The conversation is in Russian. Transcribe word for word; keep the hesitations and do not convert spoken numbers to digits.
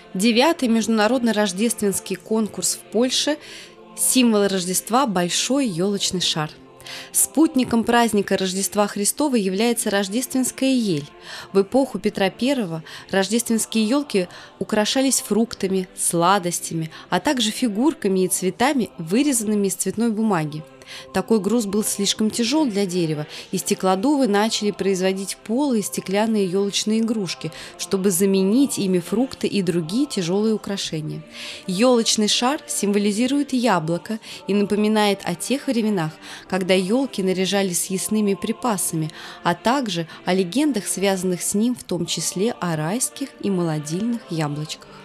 Девятый международный рождественский конкурс в Польше. Символ Рождества – большой елочный шар. Спутником праздника Рождества Христова является рождественская ель. В эпоху Петра Первого рождественские елки украшались фруктами, сладостями, а также фигурками и цветами, вырезанными из цветной бумаги. Такой груз был слишком тяжел для дерева, и стеклодувы начали производить полые стеклянные елочные игрушки, чтобы заменить ими фрукты и другие тяжелые украшения. Елочный шар символизирует яблоко и напоминает о тех временах, когда елки наряжали съестными припасами, а также о легендах, связанных с ним, в том числе о райских и молодильных яблочках.